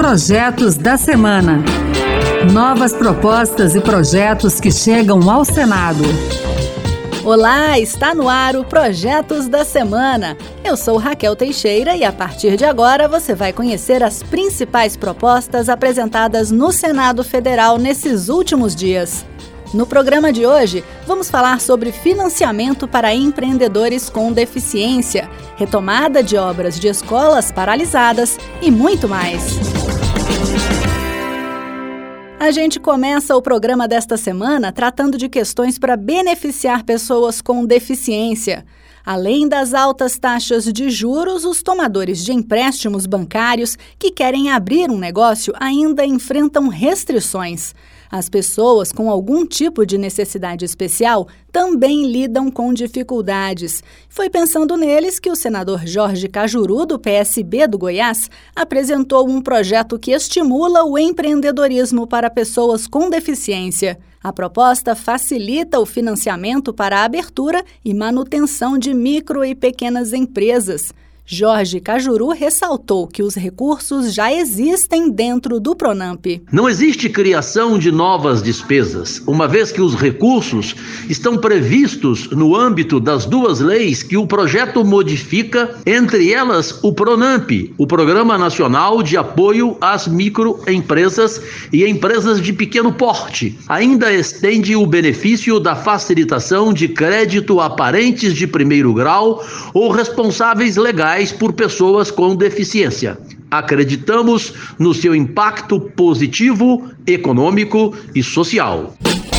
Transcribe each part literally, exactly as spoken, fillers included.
Projetos da Semana. Novas propostas e projetos que chegam ao Senado. Olá, está no ar o Projetos da Semana. Eu sou Raquel Teixeira e a partir de agora você vai conhecer as principais propostas apresentadas no Senado Federal nesses últimos dias. No programa de hoje, vamos falar sobre financiamento para empreendedores com deficiência, retomada de obras de escolas paralisadas e muito mais. A gente começa o programa desta semana tratando de questões para beneficiar pessoas com deficiência. Além das altas taxas de juros, os tomadores de empréstimos bancários que querem abrir um negócio ainda enfrentam restrições. As pessoas com algum tipo de necessidade especial também lidam com dificuldades. Foi pensando neles que o senador Jorge Cajuru, do P S B do Goiás, apresentou um projeto que estimula o empreendedorismo para pessoas com deficiência. A proposta facilita o financiamento para a abertura e manutenção de micro e pequenas empresas. Jorge Cajuru ressaltou que os recursos já existem dentro do Pronamp. Não existe criação de novas despesas, uma vez que os recursos estão previstos no âmbito das duas leis que o projeto modifica, entre elas o Pronamp, o Programa Nacional de Apoio às Microempresas e Empresas de Pequeno Porte. Ainda estende o benefício da facilitação de crédito a parentes de primeiro grau ou responsáveis legais por pessoas com deficiência. Acreditamos no seu impacto positivo, econômico e social.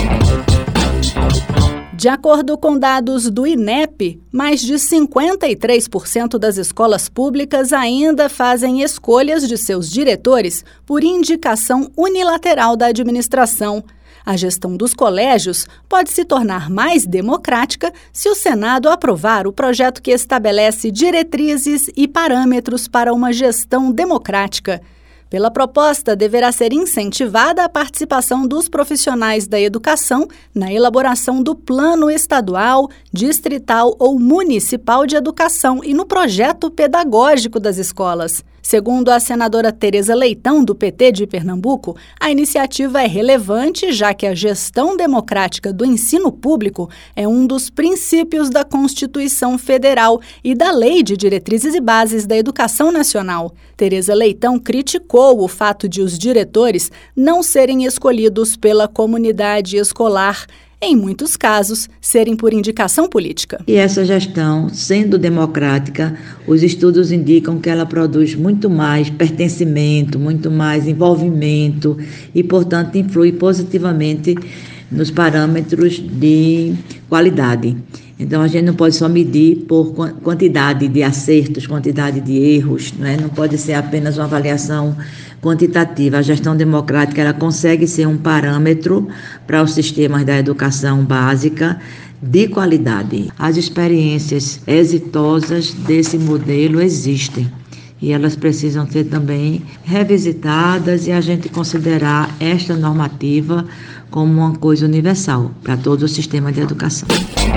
De acordo com dados do INEP, mais de cinquenta e três por cento das escolas públicas ainda fazem escolhas de seus diretores por indicação unilateral da administração. A gestão dos colégios pode se tornar mais democrática se o Senado aprovar o projeto que estabelece diretrizes e parâmetros para uma gestão democrática. Pela proposta, deverá ser incentivada a participação dos profissionais da educação na elaboração do Plano Estadual, Distrital ou Municipal de Educação e no projeto pedagógico das escolas. Segundo a senadora Tereza Leitão, do P T de Pernambuco, a iniciativa é relevante, já que a gestão democrática do ensino público é um dos princípios da Constituição Federal e da Lei de Diretrizes e Bases da Educação Nacional. Tereza Leitão criticou o fato de os diretores não serem escolhidos pela comunidade escolar, em muitos casos, serem por indicação política. E essa gestão, sendo democrática, os estudos indicam que ela produz muito mais pertencimento, muito mais envolvimento e, portanto, influi positivamente nos parâmetros de qualidade. Então, a gente não pode só medir por quantidade de acertos, quantidade de erros, não é? Não pode ser apenas uma avaliação quantitativa. A gestão democrática ela consegue ser um parâmetro para os sistemas da educação básica de qualidade. As experiências exitosas desse modelo existem e elas precisam ser também revisitadas e a gente considerar esta normativa como uma coisa universal para todo o sistema de educação.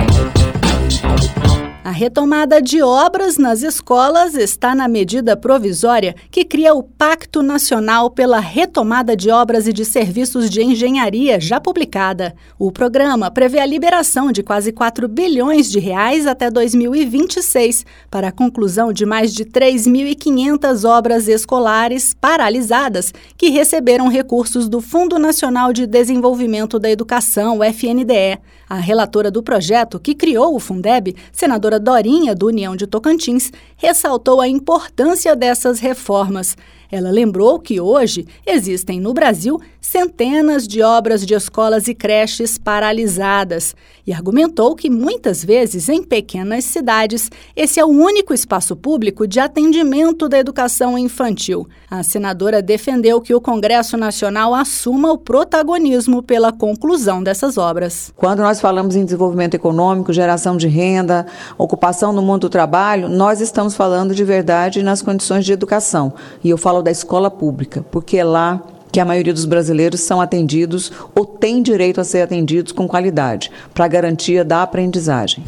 A retomada de obras nas escolas está na medida provisória que cria o Pacto Nacional pela Retomada de Obras e de Serviços de Engenharia, já publicada. O programa prevê a liberação de quase quatro bilhões de reais até dois mil e vinte e seis para a conclusão de mais de três mil e quinhentas obras escolares paralisadas que receberam recursos do Fundo Nacional de Desenvolvimento da Educação, o F N D E. A relatora do projeto, que criou o Fundeb, senadora Dorinha, do União de Tocantins, ressaltou a importância dessas reformas. Ela lembrou que hoje existem no Brasil centenas de obras de escolas e creches paralisadas e argumentou que muitas vezes em pequenas cidades esse é o único espaço público de atendimento da educação infantil. A senadora defendeu que o Congresso Nacional assuma o protagonismo pela conclusão dessas obras. Quando nós falamos em desenvolvimento econômico, geração de renda, ocupação no mundo do trabalho, nós estamos falando de verdade nas condições de educação. E eu falo da escola pública, porque é lá que a maioria dos brasileiros são atendidos ou têm direito a ser atendidos com qualidade, para a garantia da aprendizagem.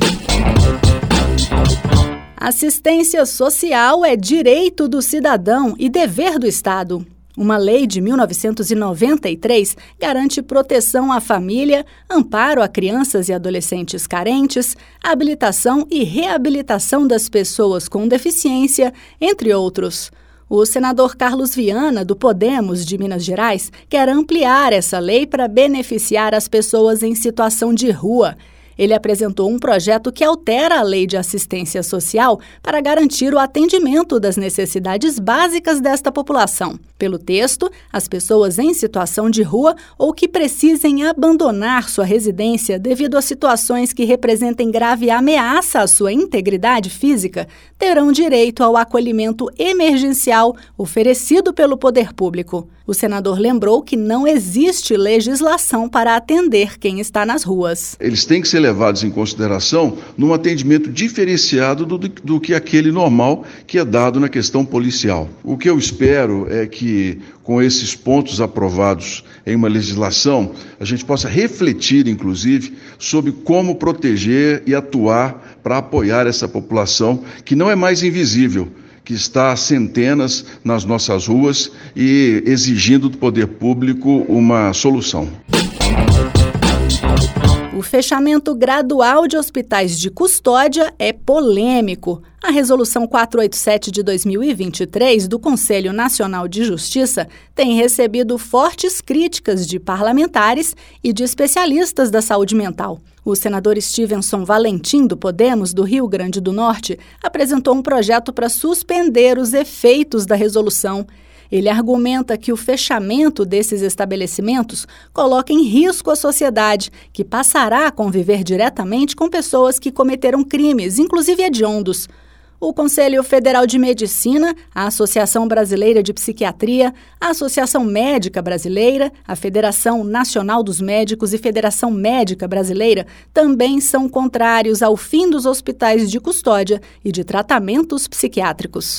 Assistência social é direito do cidadão e dever do Estado. Uma lei de mil novecentos e noventa e três garante proteção à família, amparo a crianças e adolescentes carentes, habilitação e reabilitação das pessoas com deficiência, entre outros. O senador Carlos Viana, do Podemos de Minas Gerais, quer ampliar essa lei para beneficiar as pessoas em situação de rua. Ele apresentou um projeto que altera a Lei de Assistência Social para garantir o atendimento das necessidades básicas desta população. Pelo texto, as pessoas em situação de rua ou que precisem abandonar sua residência devido a situações que representem grave ameaça à sua integridade física terão direito ao acolhimento emergencial oferecido pelo poder público. O senador lembrou que não existe legislação para atender quem está nas ruas. Eles têm que ser levados em consideração num atendimento diferenciado do, do que aquele normal que é dado na questão policial. O que eu espero é que, com esses pontos aprovados em uma legislação, a gente possa refletir, inclusive, sobre como proteger e atuar para apoiar essa população que não é mais invisível, que está a centenas nas nossas ruas e exigindo do poder público uma solução. O fechamento gradual de hospitais de custódia é polêmico. A Resolução quatrocentos e oitenta e sete de dois mil e vinte e três do Conselho Nacional de Justiça tem recebido fortes críticas de parlamentares e de especialistas da saúde mental. O senador Stevenson Valentim, do Podemos, do Rio Grande do Norte, apresentou um projeto para suspender os efeitos da resolução. Ele argumenta que o fechamento desses estabelecimentos coloca em risco a sociedade, que passará a conviver diretamente com pessoas que cometeram crimes, inclusive hediondos. O Conselho Federal de Medicina, a Associação Brasileira de Psiquiatria, a Associação Médica Brasileira, a Federação Nacional dos Médicos e Federação Médica Brasileira também são contrários ao fim dos hospitais de custódia e de tratamentos psiquiátricos.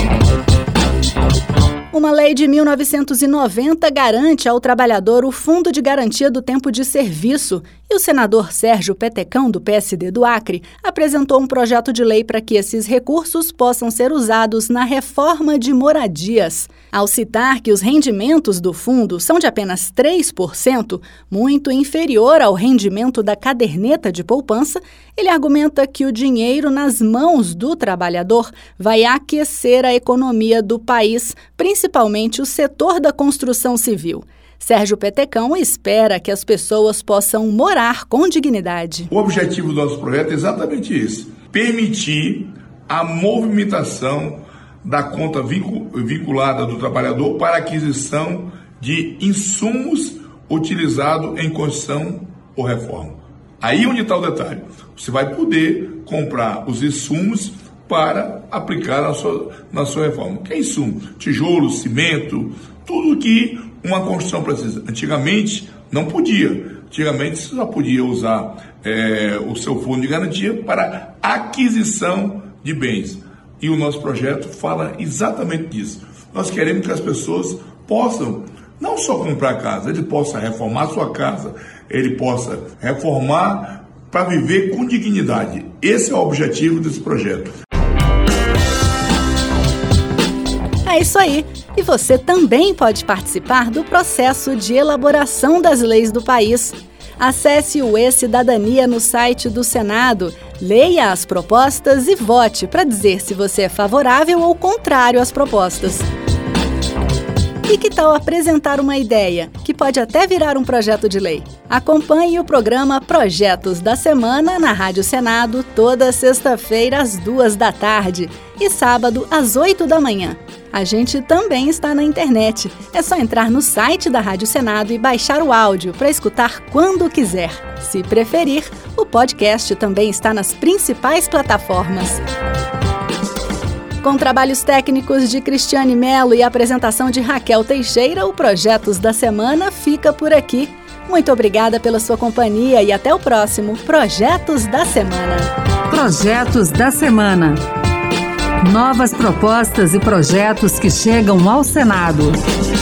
Uma lei de mil novecentos e noventa garante ao trabalhador o Fundo de Garantia do Tempo de Serviço e o senador Sérgio Petecão, do P S D do Acre, apresentou um projeto de lei para que esses recursos possam ser usados na reforma de moradias. Ao citar que os rendimentos do fundo são de apenas três por cento, muito inferior ao rendimento da caderneta de poupança, ele argumenta que o dinheiro nas mãos do trabalhador vai aquecer a economia do país, principalmente o setor da construção civil. Sérgio Petecão espera que as pessoas possam morar com dignidade. O objetivo do nosso projeto é exatamente isso: permitir a movimentação da conta vinculada do trabalhador para aquisição de insumos utilizados em construção ou reforma. Aí onde está o detalhe: você vai poder comprar os insumos para aplicar na sua, na sua reforma. Que é insumo? Tijolo, cimento, tudo que uma construção precisa. Antigamente não podia. Antigamente você só podia usar é, o seu fundo de garantia para aquisição de bens. E o nosso projeto fala exatamente disso. Nós queremos que as pessoas possam não só comprar casa, ele possa reformar sua casa, ele possa reformar para viver com dignidade. Esse é o objetivo desse projeto. É isso aí. E você também pode participar do processo de elaboração das leis do país. Acesse o E-Cidadania no site do Senado, leia as propostas e vote para dizer se você é favorável ou contrário às propostas. E que tal apresentar uma ideia, que pode até virar um projeto de lei? Acompanhe o programa Projetos da Semana na Rádio Senado toda sexta-feira às duas da tarde e sábado às oito da manhã. A gente também está na internet. É só entrar no site da Rádio Senado e baixar o áudio para escutar quando quiser. Se preferir, o podcast também está nas principais plataformas. Com trabalhos técnicos de Cristiane Mello e apresentação de Raquel Teixeira, o Projetos da Semana fica por aqui. Muito obrigada pela sua companhia e até o próximo Projetos da Semana. Projetos da Semana. Novas propostas e projetos que chegam ao Senado.